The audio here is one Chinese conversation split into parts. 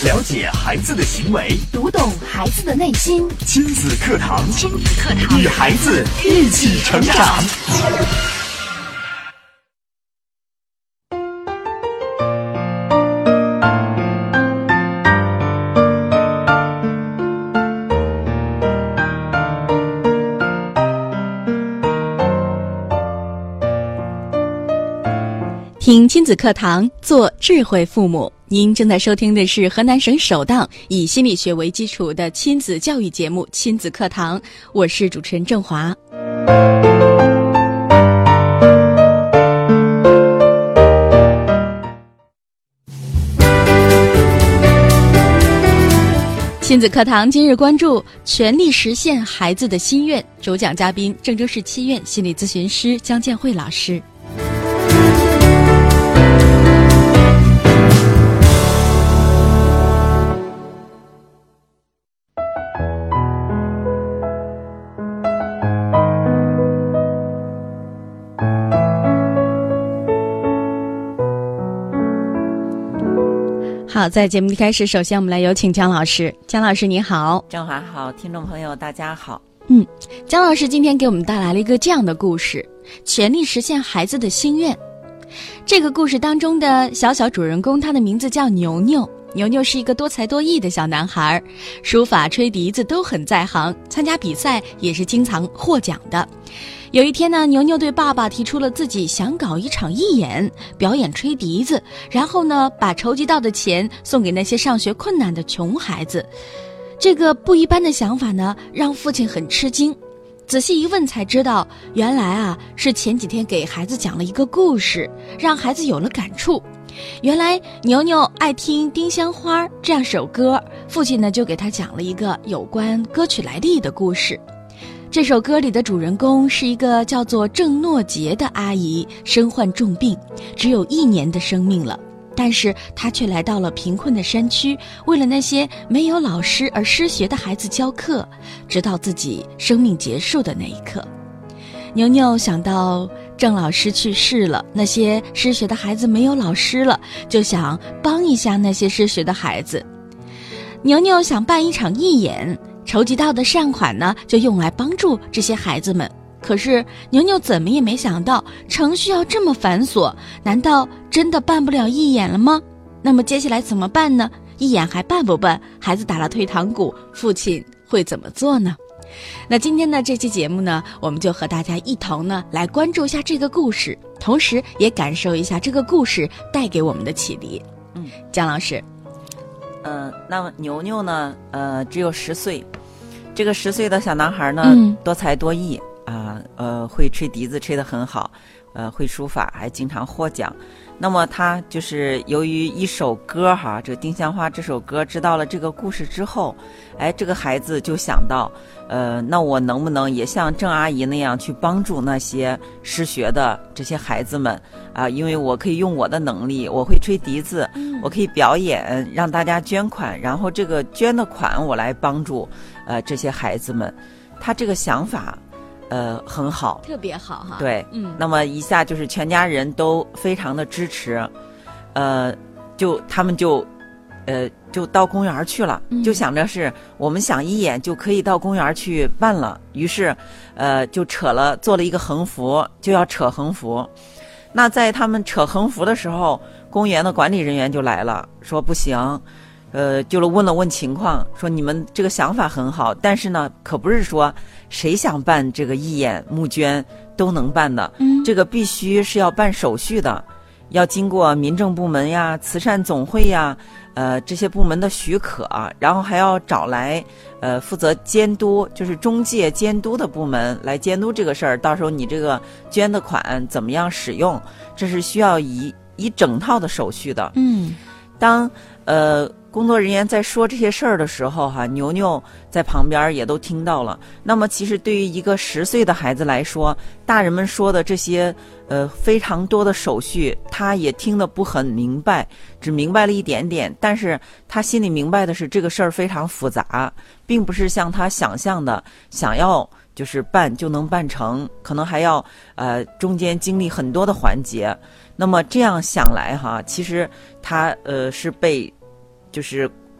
了解孩子的行为， 读懂孩子的内心。 亲子课堂，与孩子一起成长。 听亲子课堂，做智慧父母。您正在收听的是河南省首档以心理学为基础的亲子教育节目《亲子课堂》，我是主持人郑华。亲子课堂今日关注全力实现孩子的心愿，主讲嘉宾郑州市七院心理咨询师姜建慧老师。好，在节目一开始，首先我们来有请姜老师。姜老师你好。 郑华好，听众朋友大家好。 姜老师今天给我们带来了一个这样的故事，全力实现孩子的心愿。这个故事当中的小主人公，他的名字叫牛牛。牛牛是一个多才多艺的小男孩，书法、吹笛子都很在行，参加比赛也是经常获奖的。有一天呢，牛牛对爸爸提出了自己想搞一场义演，表演吹笛子，然后呢，把筹集到的钱送给那些上学困难的穷孩子。这个不一般的想法呢，让父亲很吃惊。仔细一问才知道，原来啊，是前几天给孩子讲了一个故事，让孩子有了感触。原来牛牛爱听《丁香花》这样首歌，父亲呢就给他讲了一个有关歌曲来历的故事。这首歌里的主人公是一个叫做郑诺杰的阿姨，身患重病，只有1年的生命了。但是她却来到了贫困的山区，为了那些没有老师而失学的孩子教课，直到自己生命结束的那一刻。牛牛想到郑老师去世了，那些失学的孩子没有老师了，就想帮一下那些失学的孩子。牛牛想办一场义演，筹集到的善款呢，就用来帮助这些孩子们。可是牛牛怎么也没想到，程序要这么繁琐，难道真的办不了义演了吗？那么接下来怎么办呢？义演还办不办？孩子打了退堂鼓，父亲会怎么做呢？那今天的这期节目呢，我们就和大家一同呢来关注一下这个故事，同时也感受一下这个故事带给我们的启迪。姜老师， 那么牛牛呢，只有10岁，这个10岁的小男孩呢，多才多艺啊，会吹笛子吹得很好，会书法，还经常获奖。那么他就是由于一首歌哈，这个《丁香花》这首歌，知道了这个故事之后，这个孩子就想到，那我能不能也像郑阿姨那样去帮助那些失学的这些孩子们啊？因为我可以用我的能力，我会吹笛子，我可以表演，让大家捐款，然后这个捐的款我来帮助这些孩子们。他这个想法很好， 特别好哈。 对，那么一下就是全家人都非常的支持，他们就到公园去了，就想着是我们想义演就可以到公园去办了，于是就做了一个横幅，就要扯横幅。那在他们扯横幅的时候，公园的管理人员就来了，说不行。就问了问情况，说你们这个想法很好，但是呢，可不是说谁想办这个义演募捐都能办的，这个必须是要办手续的，要经过民政部门呀、慈善总会呀，这些部门的许可，然后还要找来负责监督，就是中介监督的部门来监督这个事儿，到时候你这个捐的款怎么样使用，这是需要一整套的手续的。当工作人员在说这些事儿的时候牛牛在旁边也都听到了。那么其实对于一个10岁的孩子来说，大人们说的这些非常多的手续，他也听得不很明白，只明白了一点点，但是他心里明白的是这个事儿非常复杂，并不是像他想象的想要就是办就能办成，可能还要中间经历很多的环节。那么这样想来其实他是被就是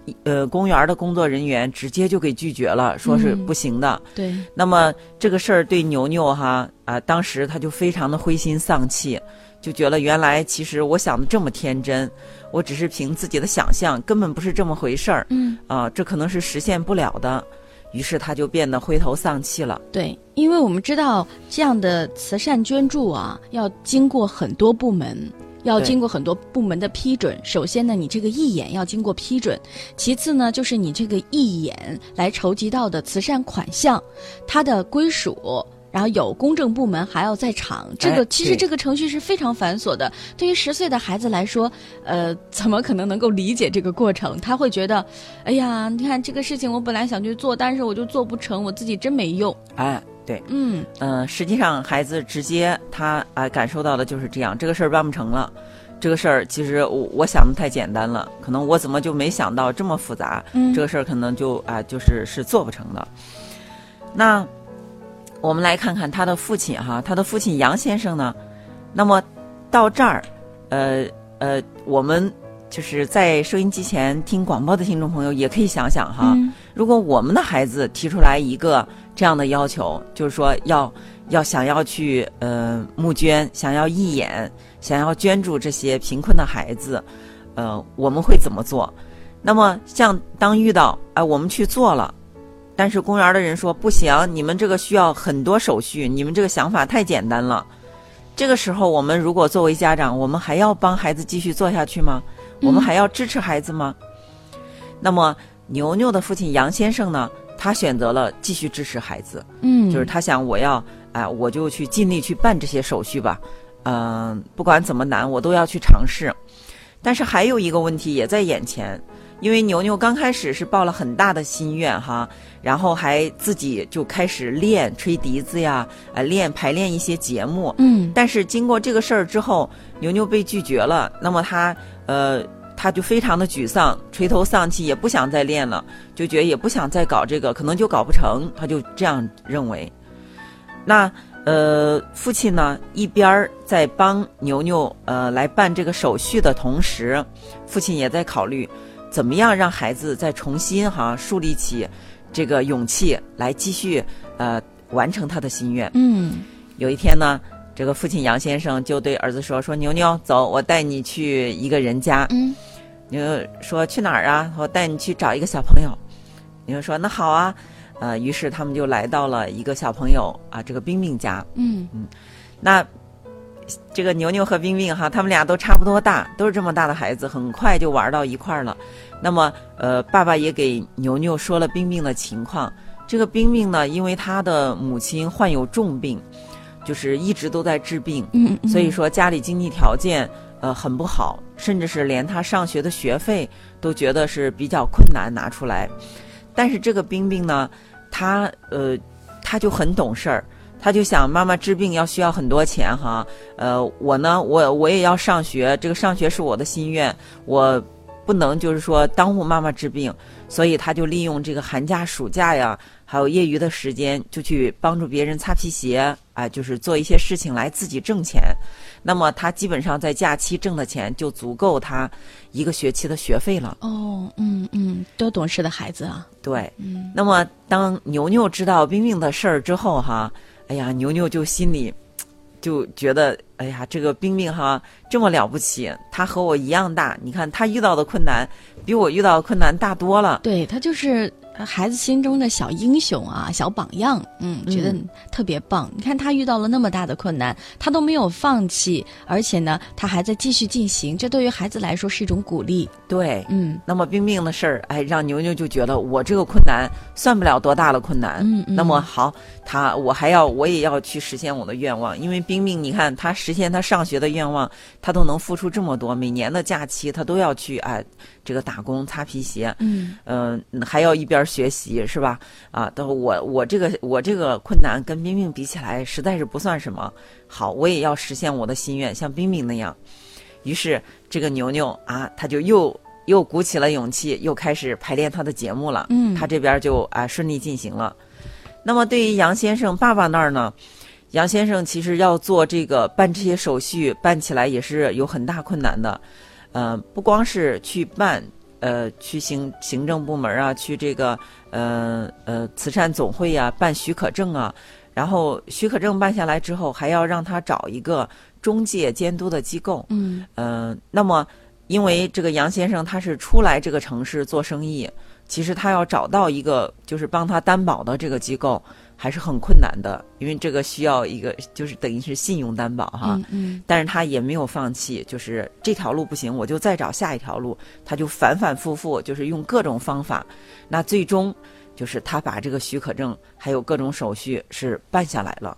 公园的工作人员直接就给拒绝了，说是不行的。 对。 那么这个事儿对牛牛当时他就非常的灰心丧气，就觉得原来其实我想的这么天真，我只是凭自己的想象，根本不是这么回事儿。这可能是实现不了的。于是他就变得灰头丧气了。 对，因为我们知道这样的慈善捐助啊，要经过很多部门，要经过很多部门的批准。首先呢，你这个义演要经过批准；其次呢，就是你这个义演来筹集到的慈善款项，它的归属。然后有公证部门还要在场，其实这个程序是非常繁琐的。对于10岁的孩子来说，怎么可能能够理解这个过程？他会觉得，哎呀，你看这个事情我本来想去做，但是我就做不成，我自己真没用。 对，实际上孩子直接他感受到的就是这样，这个事儿办不成了。这个事儿其实我想的太简单了，可能我怎么就没想到这么复杂？这个事儿可能就是做不成的。那我们来看看他的父亲他的父亲杨先生呢，那么到这儿，我们就是在收音机前听广播的听众朋友也可以想想如果我们的孩子提出来一个这样的要求，就是说要想要去募捐，想要义演，想要捐助这些贫困的孩子，我们会怎么做？那么像当遇到我们去做了，但是公园的人说不行，你们这个需要很多手续，你们这个想法太简单了。这个时候我们如果作为家长，我们还要帮孩子继续做下去吗？我们还要支持孩子吗？那么牛牛的父亲杨先生呢，他选择了继续支持孩子。就是他想我就去尽力去办这些手续吧。不管怎么难我都要去尝试。但是还有一个问题也在眼前，因为牛牛刚开始是抱了很大的心愿然后还自己就开始练吹笛子呀，排练一些节目。但是经过这个事儿之后，牛牛被拒绝了，那么他就非常的沮丧，垂头丧气，也不想再练了，就觉得也不想再搞这个，可能就搞不成，他就这样认为。那父亲呢一边在帮牛牛来办这个手续的同时，父亲也在考虑怎么样让孩子再重新树立起这个勇气来继续完成他的心愿。有一天呢，这个父亲杨先生就对儿子说牛牛，走，我带你去一个人家。牛牛说去哪儿啊？我带你去找一个小朋友。牛牛说那好啊。于是他们就来到了一个小朋友这个冰冰家。那这个牛牛和冰冰他们俩都差不多大，都是这么大的孩子，很快就玩到一块儿了。那么爸爸也给牛牛说了冰冰的情况。这个冰冰呢，因为他的母亲患有重病，就是一直都在治病，所以说家里经济条件很不好，甚至是连他上学的学费都觉得是比较困难拿出来。但是这个冰冰呢，他就很懂事儿，他就想妈妈治病要需要很多钱我呢我也要上学，这个上学是我的心愿，我不能就是说耽误妈妈治病，所以他就利用这个寒假暑假呀，还有业余的时间，就去帮助别人擦皮鞋就是做一些事情来自己挣钱。那么他基本上在假期挣的钱就足够他一个学期的学费了。 多懂事的孩子啊。 对。那么当牛牛知道冰冰的事儿之后牛牛就心里就觉得这个冰冰这么了不起，他和我一样大，你看他遇到的困难比我遇到的困难大多了。 对，他就是孩子心中的小英雄小榜样。觉得特别棒。你看他遇到了那么大的困难，他都没有放弃，而且呢他还在继续进行，这对于孩子来说是一种鼓励。 对。那么冰冰的事儿让牛牛就觉得我这个困难算不了多大的困难。那么好，我也要去实现我的愿望。因为冰冰你看他实现他上学的愿望，他都能付出这么多，每年的假期他都要去这个打工擦皮鞋。还要一边学习，是吧？我这个困难跟冰冰比起来实在是不算什么。好，我也要实现我的心愿，像冰冰那样。于是这个牛牛他就又鼓起了勇气，又开始排练他的节目了。他这边就顺利进行了。那么对于杨先生爸爸那儿呢，杨先生其实要做这个办这些手续，办起来也是有很大困难的。不光是去办， 去行政部门啊，去这个慈善总会啊办许可证啊，然后许可证办下来之后，还要让他找一个中介监督的机构。那么因为这个杨先生他是初来这个城市做生意，其实他要找到一个就是帮他担保的这个机构还是很困难的，因为这个需要一个就是等于是信用担保哈。但是他也没有放弃，就是这条路不行，我就再找下一条路，他就反反复复就是用各种方法，那最终就是他把这个许可证还有各种手续是办下来了。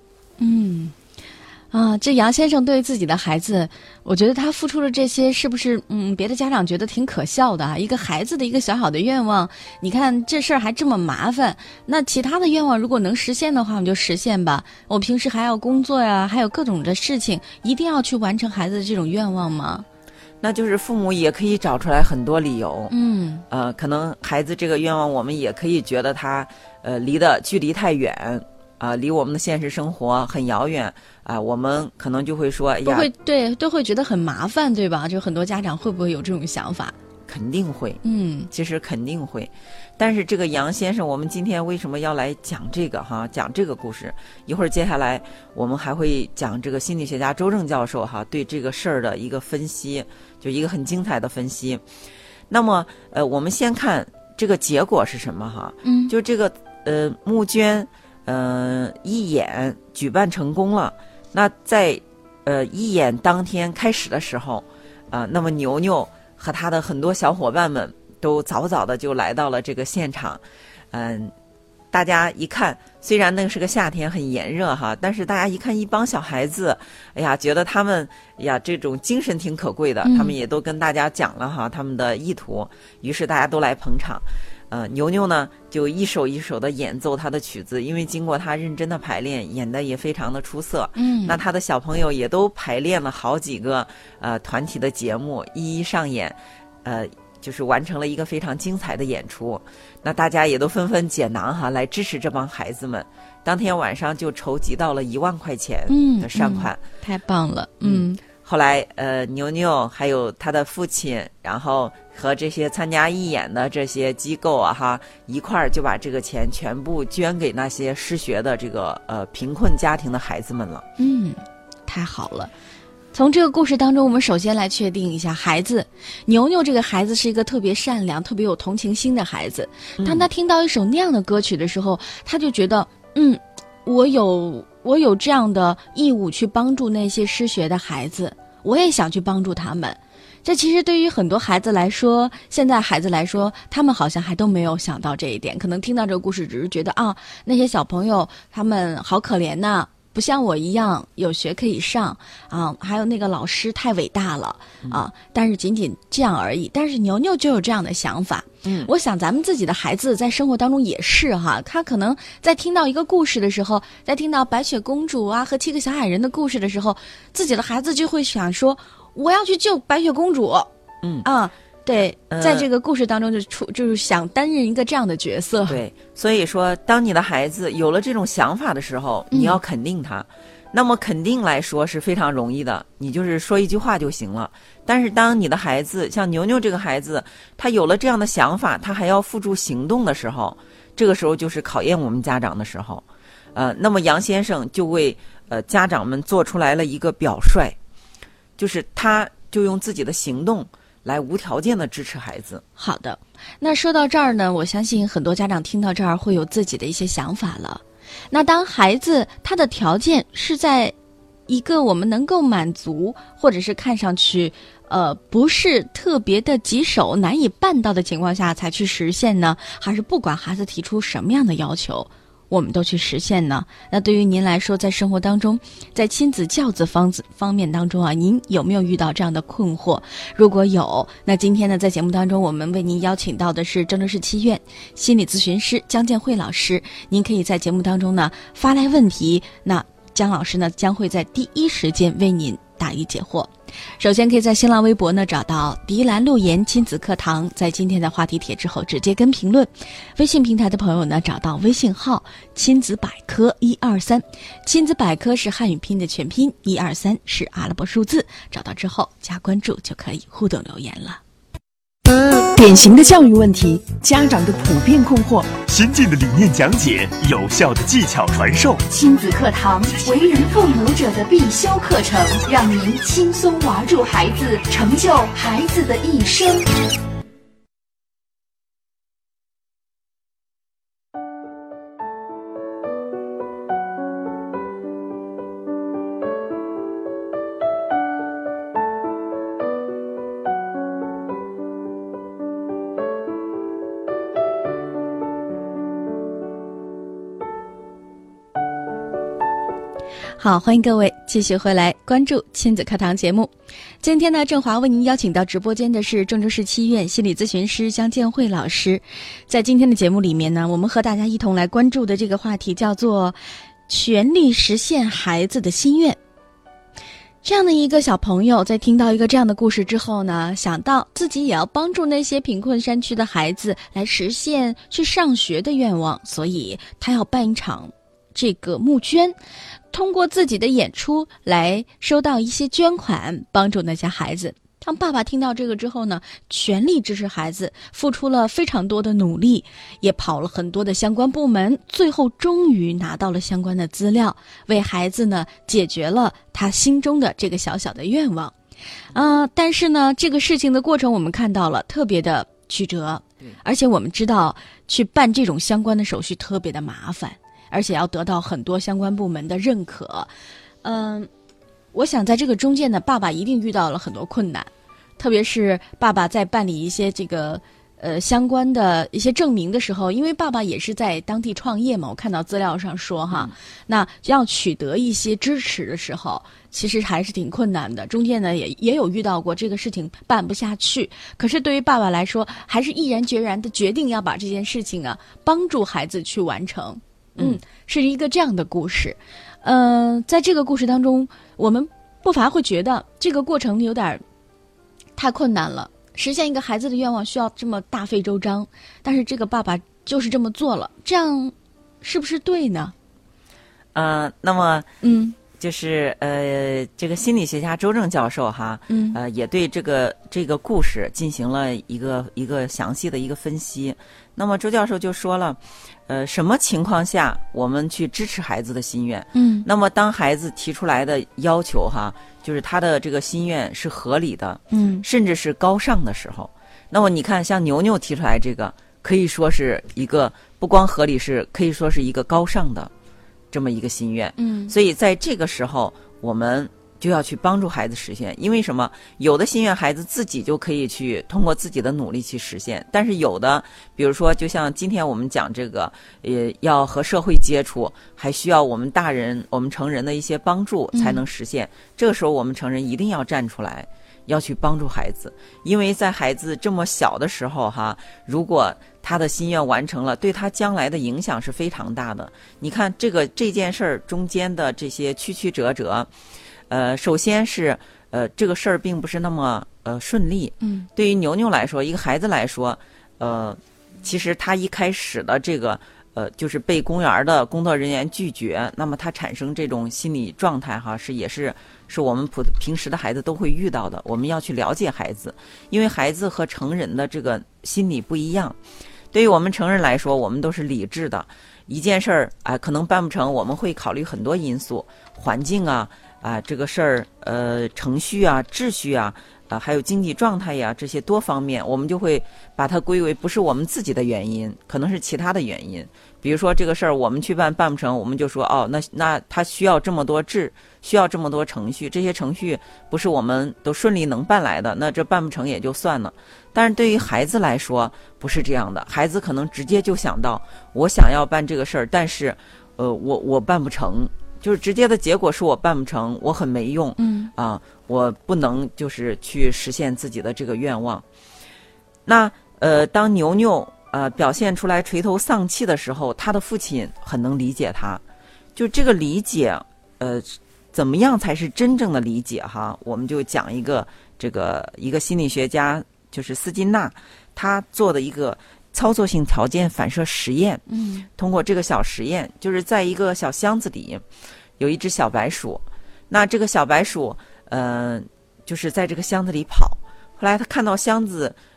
这杨先生对自己的孩子，我觉得他付出的这些是不是别的家长觉得挺可笑的啊？一个孩子的一个小小的愿望，你看这事儿还这么麻烦，那其他的愿望如果能实现的话，我们就实现吧。我平时还要工作呀，还有各种的事情，一定要去完成孩子的这种愿望吗？ 那就是父母也可以找出来很多理由。可能孩子这个愿望，我们也可以觉得他距离太远。离我们的现实生活很遥远啊，我们可能就会说，哎呀， 都会觉得很麻烦，对吧？就很多家长会不会有这种想法？ 肯定会，其实肯定会。但是这个杨先生，我们今天为什么要来讲这个讲这个故事？一会儿接下来我们还会讲这个心理学家周正教授对这个事儿的一个分析，就一个很精彩的分析。那么我们先看这个结果是什么就这个募捐。义演举办成功了。那在义演当天开始的时候，那么牛牛和他的很多小伙伴们都早早的就来到了这个现场。大家一看，虽然那个是个夏天很炎热但是大家一看一帮小孩子，哎呀，觉得他们这种精神挺可贵的，他们也都跟大家讲了他们的意图，于是大家都来捧场。牛牛呢就一首一首的演奏他的曲子，因为经过他认真的排练，演的也非常的出色。那他的小朋友也都排练了好几个团体的节目，一一上演，就是完成了一个非常精彩的演出。那大家也都纷纷解囊来支持这帮孩子们。当天晚上就筹集到了1万块钱的善款， 太棒了。 后来牛牛还有他的父亲，然后和这些参加义演的这些机构一块儿就把这个钱全部捐给那些失学的这个贫困家庭的孩子们了。 太好了。从这个故事当中，我们首先来确定一下，孩子牛牛这个孩子是一个特别善良、特别有同情心的孩子。当他听到一首那样的歌曲的时候，他就觉得我有这样的义务去帮助那些失学的孩子，我也想去帮助他们。这其实对于很多孩子来说，现在孩子来说，他们好像还都没有想到这一点，可能听到这个故事只是觉得那些小朋友他们好可怜呐，不像我一样有学可以上还有那个老师太伟大了但是仅仅这样而已。但是牛牛就有这样的想法。我想咱们自己的孩子在生活当中也是他可能在听到一个故事的时候，在听到白雪公主和7个小矮人的故事的时候，自己的孩子就会想说，我要去救白雪公主。对，在这个故事当中就是想担任一个这样的角色。 对，所以说当你的孩子有了这种想法的时候，你要肯定他。那么肯定来说是非常容易的，你就是说一句话就行了。但是当你的孩子像牛牛这个孩子，他有了这样的想法，他还要付诸行动的时候，这个时候就是考验我们家长的时候。那么杨先生就为家长们做出来了一个表率，就是他就用自己的行动来无条件的支持孩子。 好的，那说到这儿呢，我相信很多家长听到这儿会有自己的一些想法了。那当孩子他的条件是在一个我们能够满足，或者是看上去不是特别的棘手难以办到的情况下才去实现呢，还是不管孩子提出什么样的要求我们都去实现呢？那对于您来说，在生活当中，在亲子教子方面当中您有没有遇到这样的困惑？如果有，那今天呢，在节目当中，我们为您邀请到的是郑州市7院心理咨询师姜建慧老师。您可以在节目当中呢发来问题，那姜老师呢将会在第一时间为您答疑解惑。首先可以在新浪微博呢找到迪兰路言亲子课堂，在今天的话题帖之后直接跟评论。微信平台的朋友呢找到微信号亲子百科123，亲子百科是汉语拼的全拼，123是阿拉伯数字，找到之后加关注就可以互动留言了。 典型的教育问题，家长的普遍困惑， 先进的理念讲解，有效的技巧传授， 亲子课堂，为人父母者的必修课程，让您轻松娃住孩子，成就孩子的一生。 好，欢迎各位继续回来关注亲子课堂节目。今天呢，郑华为您邀请到直播间的是郑州市七医院心理咨询师江建慧老师。在今天的节目里面呢，我们和大家一同来关注的这个话题叫做全力实现孩子的心愿。这样的一个小朋友在听到一个这样的故事之后呢，想到自己也要帮助那些贫困山区的孩子来实现去上学的愿望，所以他要办一场这个募捐，通过自己的演出来收到一些捐款，帮助那些孩子。当爸爸听到这个之后呢，全力支持孩子，付出了非常多的努力，也跑了很多的相关部门，最后终于拿到了相关的资料，为孩子呢解决了他心中的这个小小的愿望。但是呢，这个事情的过程我们看到了特别的曲折，而且我们知道去办这种相关的手续特别的麻烦，而且要得到很多相关部门的认可。我想在这个中间呢，爸爸一定遇到了很多困难，特别是爸爸在办理一些这个相关的一些证明的时候，因为爸爸也是在当地创业嘛，我看到资料上说哈，那要取得一些支持的时候，其实还是挺困难的。中间呢也有遇到过这个事情办不下去，可是对于爸爸来说，还是毅然决然的决定要把这件事情啊帮助孩子去完成。是一个这样的故事。在这个故事当中，我们不乏会觉得这个过程有点太困难了，实现一个孩子的愿望需要这么大费周章，但是这个爸爸就是这么做了，这样是不是对呢？ 那么就是这个心理学家周正教授哈，也对这个故事进行了一个详细的一个分析。那么周教授就说了，什么情况下我们去支持孩子的心愿？那么当孩子提出来的要求哈，就是他的这个心愿是合理的，甚至是高尚的时候，那么你看像牛牛提出来这个，可以说是一个不光合理，是可以说是一个高尚的这么一个心愿。所以在这个时候我们就要去帮助孩子实现。因为什么？有的心愿孩子自己就可以去通过自己的努力去实现，但是有的比如说就像今天我们讲这个要和社会接触，还需要我们大人我们成人的一些帮助才能实现。这个时候我们成人一定要站出来，要去帮助孩子。因为在孩子这么小的时候哈，如果他的心愿完成了，对他将来的影响是非常大的。你看这件事儿中间的这些曲曲折折，首先是这个事儿并不是那么顺利。对于牛牛来说，一个孩子来说，其实他一开始的这个就是被公园的工作人员拒绝，那么他产生这种心理状态哈，也是我们平时的孩子都会遇到的。我们要去了解孩子，因为孩子和成人的这个心理不一样。对于我们成人来说，我们都是理智的，一件事儿可能办不成，我们会考虑很多因素，环境这个事儿程序秩序还有经济状态呀，这些多方面，我们就会把它归为不是我们自己的原因，可能是其他的原因。比如说这个事儿我们去办不成，我们就说那它需要这么多需要这么多程序，这些程序不是我们都顺利能办来的，那这办不成也就算了。但是对于孩子来说不是这样的，孩子可能直接就想到我想要办这个事儿，但是我办不成，就是直接的结果是我办不成，我很没用，我不能就是去实现自己的这个愿望。那当牛牛表现出来垂头丧气的时候，他的父亲很能理解他。就这个理解怎么样才是真正的理解哈？我们就讲一个心理学家，就是斯金纳，他做的一个操作性条件反射实验。通过这个小实验，就是在一个小箱子里有一只小白鼠，那这个小白鼠就是在这个箱子里跑，后来他看到箱子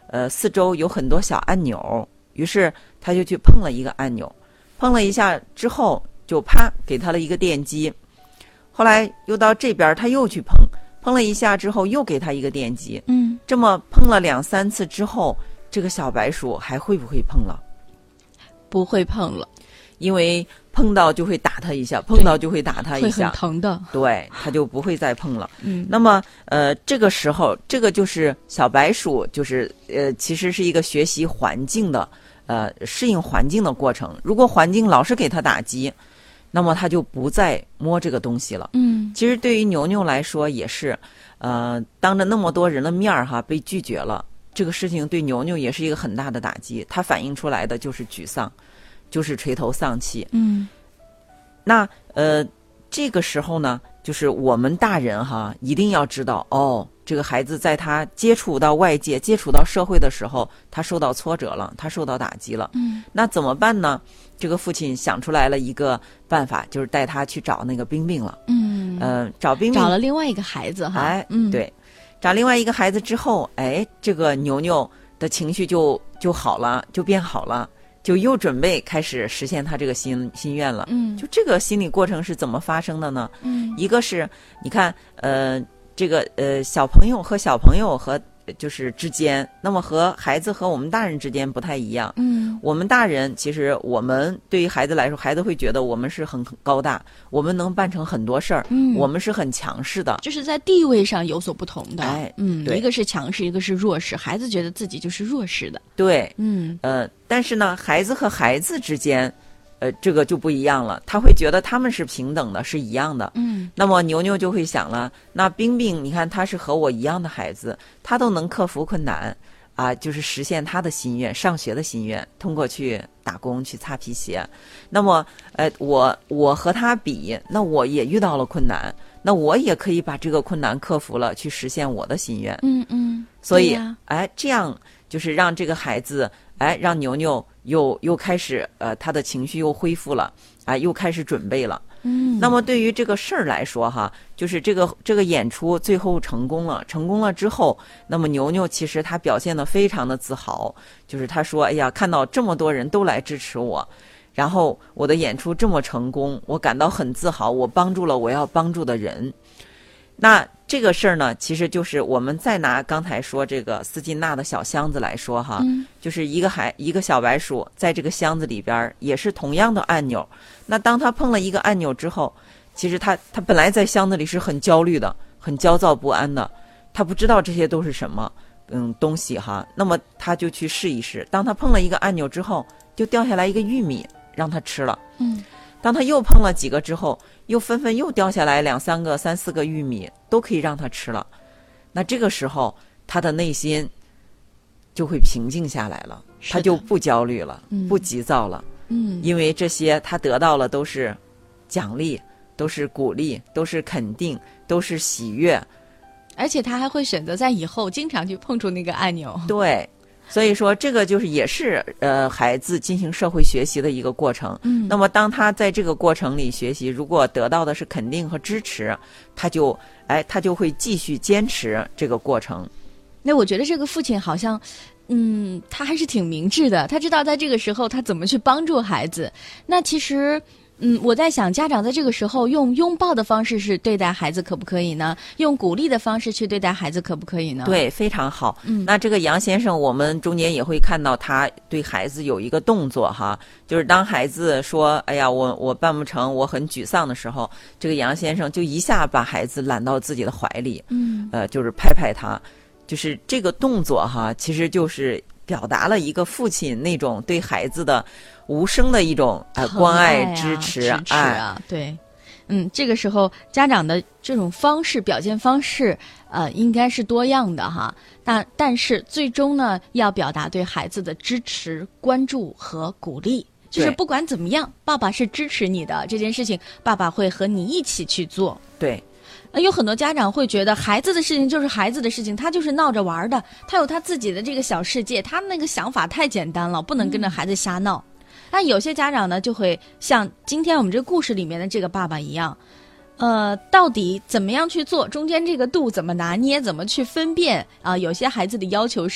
四周有很多小按钮，于是他就去碰了一个按钮，碰了一下之后就啪给他了一个电击。后来又到这边他又去碰了一下之后又给他一个电击。这么碰了2、3次之后，这个小白鼠还会不会碰了？ 不会碰了， 因为碰到就会打他一下，碰到就会打他一下， 会很疼的。 对，他就不会再碰了。那么这个时候，这个就是小白鼠，就是其实是一个学习环境的适应环境的过程。如果环境老是给他打击，那么他就不再摸这个东西了。其实对于牛牛来说也是，当着那么多人的面儿被拒绝了。这个事情对牛牛也是一个很大的打击，它反映出来的就是沮丧，就是垂头丧气。那这个时候呢，就是我们大人一定要知道，这个孩子在他接触到外界、接触到社会的时候，他受到挫折了，他受到打击了。那怎么办呢？这个父亲想出来了一个办法，就是带他去找那个冰冰了。找冰冰， 找了另外一个孩子哈。 对。找另外一个孩子之后，这个牛牛的情绪就好了，就变好了，就又准备开始实现他这个心愿了。就这个心理过程是怎么发生的呢？一个是你看，这个小朋友和就是之间，那么和孩子和我们大人之间不太一样。我们大人其实我们对于孩子来说，孩子会觉得我们是很高大，我们能办成很多事儿，我们是很强势的， 就是在地位上有所不同的。 对， 一个是强势，一个是弱势，孩子觉得自己就是弱势的。 对，但是呢，孩子和孩子之间。这个就不一样了，他会觉得他们是平等的，是一样的。那么牛牛就会想了，那冰冰，你看他是和我一样的孩子，他都能克服困难啊，就是实现他的心愿，上学的心愿，通过去打工去擦皮鞋。那么，我和他比，那我也遇到了困难，那我也可以把这个困难克服了，去实现我的心愿。所以，这样就是让这个孩子，让牛牛又开始，他的情绪又恢复了，又开始准备了。那么对于这个事儿来说就是这个演出最后成功了之后，那么牛牛其实他表现得非常的自豪，就是他说，哎呀，看到这么多人都来支持我，然后我的演出这么成功，我感到很自豪，我帮助了我要帮助的人。那这个事儿呢，其实就是我们再拿刚才说这个斯金纳的小箱子来说就是一个小白鼠在这个箱子里边也是同样的按钮。那当他碰了一个按钮之后，其实他本来在箱子里是很焦虑的，很焦躁不安的，他不知道这些都是什么东西那么他就去试一试。当他碰了一个按钮之后，就掉下来一个玉米让他吃了。当他又碰了几个之后，又纷纷又掉下来2、3个、3、4个玉米，都可以让他吃了。那这个时候，他的内心就会平静下来了，他就不焦虑了，不急躁了。因为这些他得到了都是奖励，都是鼓励，都是肯定，都是喜悦。 而且他还会选择在以后经常去碰触那个按钮。 对。所以说，这个就是也是孩子进行社会学习的一个过程。那么当他在这个过程里学习，如果得到的是肯定和支持，他就会继续坚持这个过程。 那我觉得这个父亲好像，他还是挺明智的，他知道在这个时候他怎么去帮助孩子。那其实。我在想，家长在这个时候用拥抱的方式是对待孩子可不可以呢？用鼓励的方式去对待孩子可不可以呢？ 对，非常好。那这个杨先生，我们中间也会看到他对孩子有一个动作就是当孩子说，哎呀，我办不成，我很沮丧的时候，这个杨先生就一下把孩子揽到自己的怀里，就是拍拍他，就是这个动作其实就是表达了一个父亲那种对孩子的无声的一种关爱、支持对，这个时候家长的这种方式表现方式，应该是多样的但是最终呢，要表达对孩子的支持、关注和鼓励。就是不管怎么样，爸爸是支持你的这件事情，爸爸会和你一起去做。 对。 有很多家长会觉得孩子的事情就是孩子的事情，他就是闹着玩的，他有他自己的这个小世界，他那个想法太简单了，不能跟着孩子瞎闹。但有些家长呢，就会像今天我们这个故事里面的这个爸爸一样，到底怎么样去做，中间这个度怎么拿捏，怎么去分辨有些孩子的要求是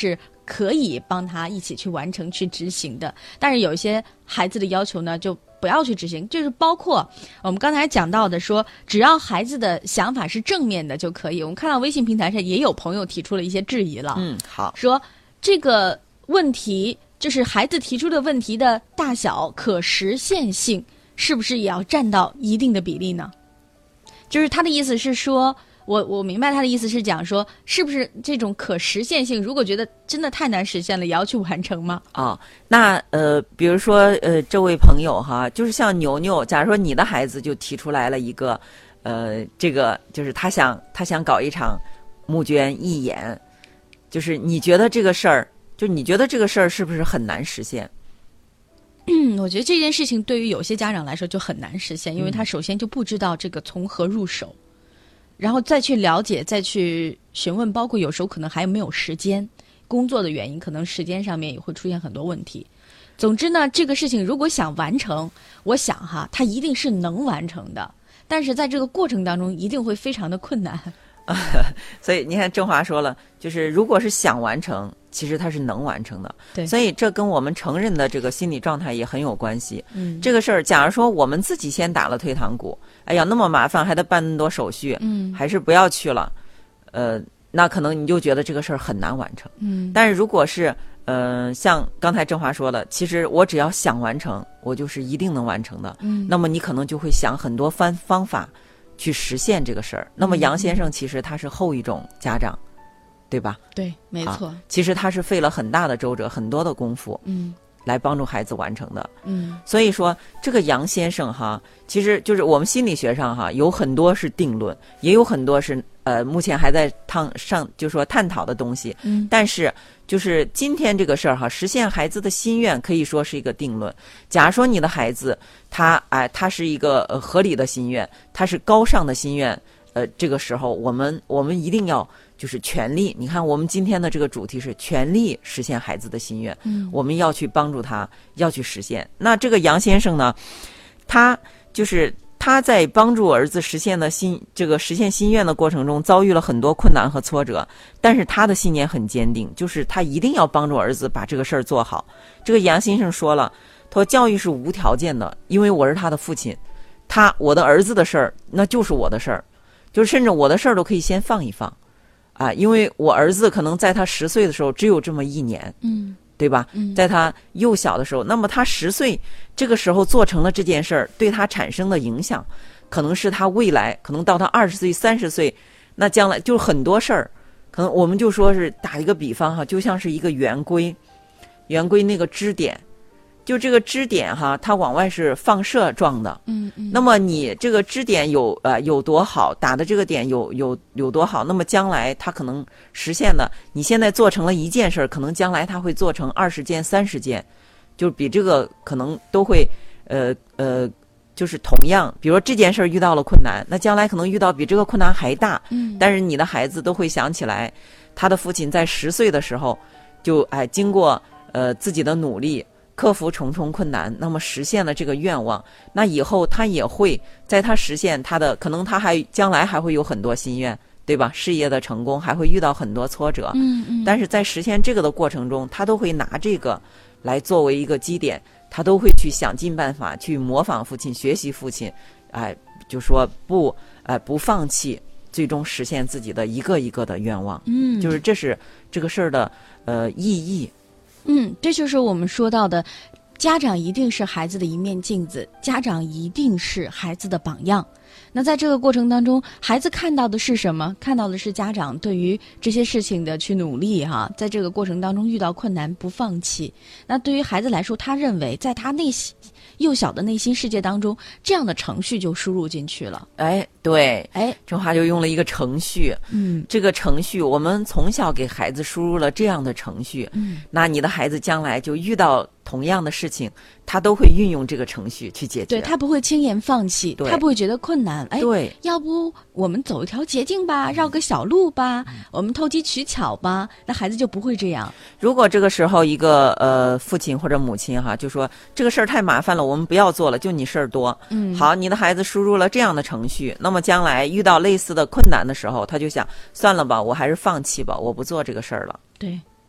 可以帮他一起去完成、去执行的。但是有一些孩子的要求呢，就不要去执行，就是包括我们刚才讲到的说，只要孩子的想法是正面的就可以。我们看到微信平台上也有朋友提出了一些质疑了， 好， 说这个问题就是孩子提出的问题的大小可实现性是不是也要占到一定的比例呢？就是他的意思是说，我明白他的意思是讲说，是不是这种可实现性，如果觉得真的太难实现了，也要去完成吗？ 那比如说这位朋友哈，就是像牛牛，假如说你的孩子就提出来了一个这个就是他想搞一场募捐义演，就是你觉得这个事儿，是不是很难实现？ 我觉得这件事情对于有些家长来说就很难实现，因为他首先就不知道这个从何入手，然后再去了解，再去询问，包括有时候可能还没有时间，工作的原因，可能时间上面也会出现很多问题。总之呢，这个事情如果想完成，我想哈，它一定是能完成的，但是在这个过程当中一定会非常的困难。 所以你看郑华说了，就是如果是想完成，其实它是能完成的。 对， 所以这跟我们成人的这个心理状态也很有关系。这个事儿，假如说我们自己先打了退堂鼓，哎呀，那么麻烦，还得办那么多手续，还是不要去了。那可能你就觉得这个事儿很难完成。但是如果是像刚才郑华说的，其实我只要想完成，我就是一定能完成的。那么你可能就会想很多方法去实现这个事儿。那么杨先生其实他是后一种家长，对吧？ 对，没错。 其实他是费了很大的周折，很多的功夫，来帮助孩子完成的。所以说这个杨先生哈，其实就是我们心理学上哈，有很多是定论，也有很多是目前还在就是说探讨的东西。但是就是今天这个事儿哈，实现孩子的心愿可以说是一个定论。假如说你的孩子他是一个合理的心愿，他是高尚的心愿，这个时候我们一定要就是全力。你看我们今天的这个主题是全力实现孩子的心愿，我们要去帮助他，要去实现。那这个杨先生呢，他在帮助儿子实现心愿的过程中，遭遇了很多困难和挫折，但是他的信念很坚定，就是他一定要帮助儿子把这个事儿做好。这个杨先生说了，他说教育是无条件的，因为我是他的父亲，我的儿子的事儿那就是我的事儿，就是甚至我的事儿都可以先放一放啊，因为我儿子可能在他10岁的时候只有这么1年，对吧？在他幼小的时候，那么他10岁这个时候做成了这件事儿，对他产生的影响，可能是他未来可能到他20岁、30岁，那将来就很多事儿，可能我们就说是打一个比方哈，就像是一个圆规那个支点，就这个支点哈，它往外是放射状的。那么你这个支点有多好，打的这个点有多好，那么将来它可能实现的，你现在做成了一件事，可能将来它会做成20件、30件，就比这个可能都会就是同样，比如说这件事遇到了困难，那将来可能遇到比这个困难还大。但是你的孩子都会想起来，他的父亲在10岁的时候就经过自己的努力，克服重重困难，那么实现了这个愿望。那以后他也会在他实现他的，可能他将来还会有很多心愿，对吧？事业的成功还会遇到很多挫折。但是在实现这个的过程中，他都会拿这个来作为一个基点，他都会去想尽办法去模仿父亲，学习父亲，就说不放弃，最终实现自己的一个一个的愿望。就是这是这个事儿的意义。 这就是我们说到的，家长一定是孩子的一面镜子，家长一定是孩子的榜样。那在这个过程当中，孩子看到的是什么？看到的是家长对于这些事情的去努力哈，在这个过程当中遇到困难不放弃。那对于孩子来说，他认为在他幼小的内心世界当中，这样的程序就输入进去了。 对，郑华就用了一个程序。这个程序我们从小给孩子输入了这样的程序，那你的孩子将来就遇到同样的事情，他都会运用这个程序去解决。 对，他不会轻言放弃，他不会觉得困难。 对， 要不我们走一条捷径吧，绕个小路吧，我们投机取巧吧，那孩子就不会这样。 如果这个时候一个父亲或者母亲哈，就说这个事儿太麻烦了，我们不要做了，就你事儿多。好，你的孩子输入了这样的程序，那么将来遇到类似的困难的时候，他就想算了吧，我还是放弃吧，我不做这个事儿了。 对，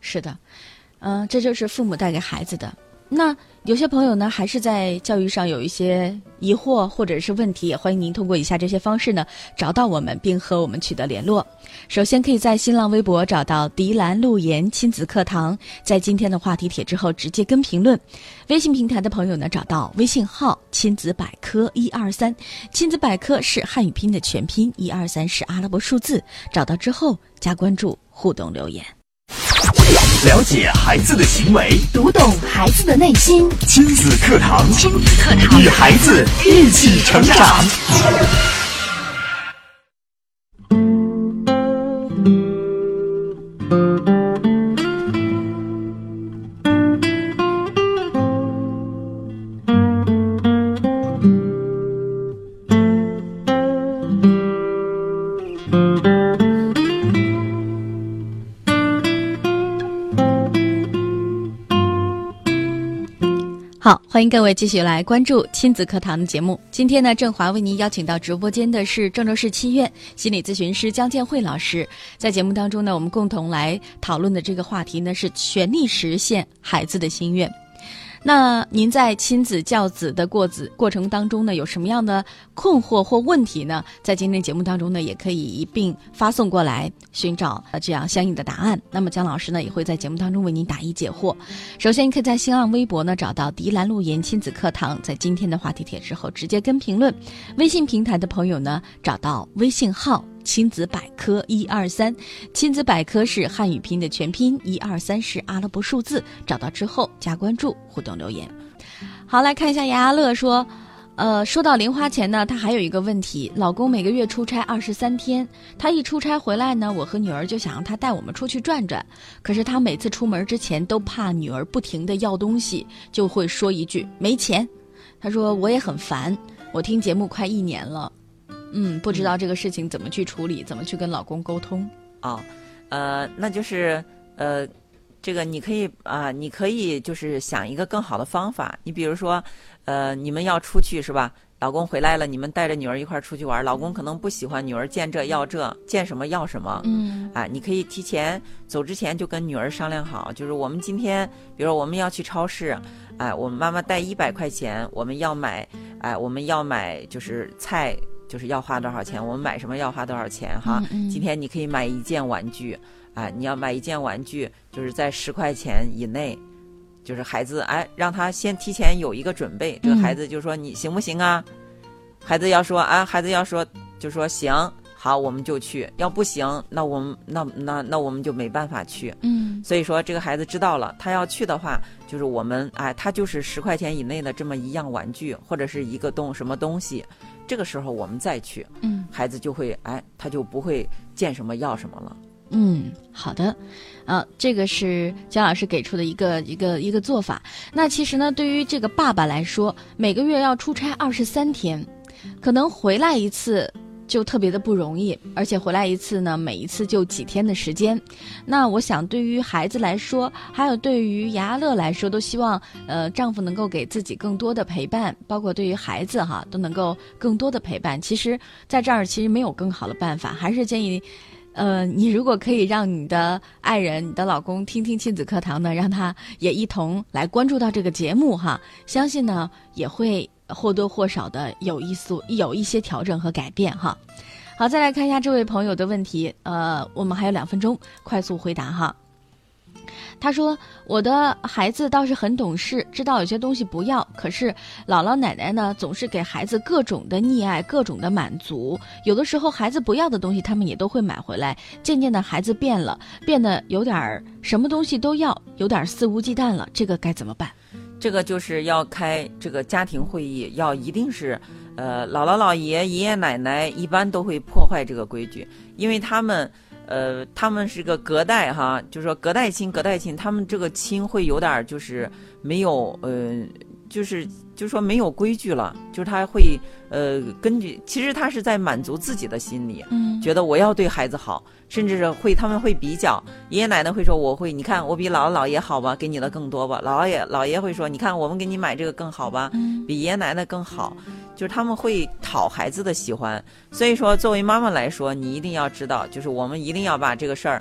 是的，这就是父母带给孩子的。那有些朋友呢，还是在教育上有一些疑惑或者是问题，也欢迎您通过以下这些方式呢找到我们，并和我们取得联络。首先可以在新浪微博找到迪兰路言亲子课堂，在今天的话题帖之后直接跟评论。微信平台的朋友呢，找到微信号亲子百科123，亲子百科是汉语拼音的全拼，123是阿拉伯数字，找到之后加关注，互动留言。 了解孩子的行为， 读懂孩子的内心。 亲子课堂， 亲子课堂， 与孩子一起成长。 好，欢迎各位继续来关注亲子课堂的节目。今天呢，郑华为您邀请到直播间的是郑州市七院心理咨询师姜建慧老师。在节目当中呢，我们共同来讨论的这个话题呢是全力实现孩子的心愿。那您在亲子教子的过程当中呢，有什么样的困惑或问题呢？在今天节目当中呢，也可以一并发送过来，寻找这样相应的答案。那么姜老师呢，也会在节目当中为您答疑解惑。首先，可以在新浪微博呢找到迪兰路言亲子课堂，在今天的话题帖之后直接跟评论。微信平台的朋友呢，找到微信号亲子百科123，亲子百科是汉语拼的全拼，123是阿拉伯数字，找到之后加关注，互动留言。好，来看一下牙牙乐说，说到零花钱呢，他还有一个问题，老公每个月出差23天，他一出差回来呢，我和女儿就想让他带我们出去转转，可是他每次出门之前都怕女儿不停地要东西，就会说一句没钱。他说我也很烦，我听节目快1年了，不知道这个事情怎么去处理，怎么去跟老公沟通。 那就是这个你可以就是想一个更好的方法。你比如说你们要出去是吧，老公回来了，你们带着女儿一块出去玩，老公可能不喜欢女儿见这要这，见什么要什么，你可以提前走之前就跟女儿商量好，就是我们今天比如说我们要去超市，我们妈妈带100块钱，我们要买就是菜，就是要花多少钱，我们买什么要花多少钱哈。今天你可以买一件玩具，你要买一件玩具就是在10块钱以内，就是孩子让他先提前有一个准备，这个孩子就说你行不行啊？孩子要说就说行，好我们就去，要不行那我们就没办法去。所以说这个孩子知道了，他要去的话，就是我们他就是10块钱以内的这么一样玩具或者是一个什么东西，这个时候我们再去，孩子就会他就不会见什么要什么了。 好的，这个是姜老师给出的一个做法。那其实呢，对于这个爸爸来说，每个月要出差23天，可能回来一次就特别的不容易，而且回来一次呢，每一次就几天的时间。那我想对于孩子来说，还有对于牙乐来说，都希望丈夫能够给自己更多的陪伴，包括对于孩子都能够更多的陪伴。其实在这儿其实没有更好的办法，还是建议你如果可以让你的爱人、你的老公听听亲子课堂呢，让他也一同来关注到这个节目相信呢也会或多或少的有一些调整和改变好，再来看一下这位朋友的问题，我们还有2分钟，快速回答他说我的孩子倒是很懂事，知道有些东西不要，可是姥姥奶奶呢总是给孩子各种的溺爱，各种的满足，有的时候孩子不要的东西他们也都会买回来，渐渐的孩子变得有点什么东西都要，有点肆无忌惮了，这个该怎么办？ 这个就是要开这个家庭会议，一定是姥姥姥爷爷爷奶奶一般都会破坏这个规矩，因为他们是个隔代就是说隔代亲，他们这个亲会有点就是没有就是说没有规矩了，就是他会根据，其实他是在满足自己的心理，觉得我要对孩子好，甚至是他们会比较，爷爷奶奶会说你看我比姥姥姥爷好吧，给你的更多吧，姥爷会说你看我们给你买这个更好吧，比爷爷奶奶更好，就是他们会讨孩子的喜欢。所以说作为妈妈来说，你一定要知道，就是我们一定要把这个事儿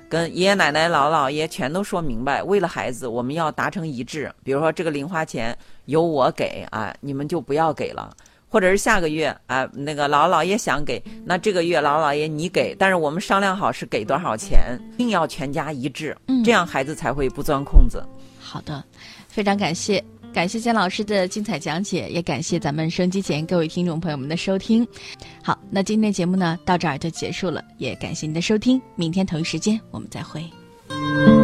跟爷爷奶奶、姥姥姥爷全都说明白，为了孩子，我们要达成一致。比如说这个零花钱由我给啊，你们就不要给了。或者是下个月啊，那个姥姥姥爷想给，那这个月姥姥姥爷你给，但是我们商量好是给多少钱，一定要全家一致，这样孩子才会不钻空子。 好的，非常感谢姜老师的精彩讲解，也感谢咱们收音机前各位听众朋友们的收听。好，那今天的节目呢到这儿就结束了，也感谢您的收听，明天同一时间我们再会。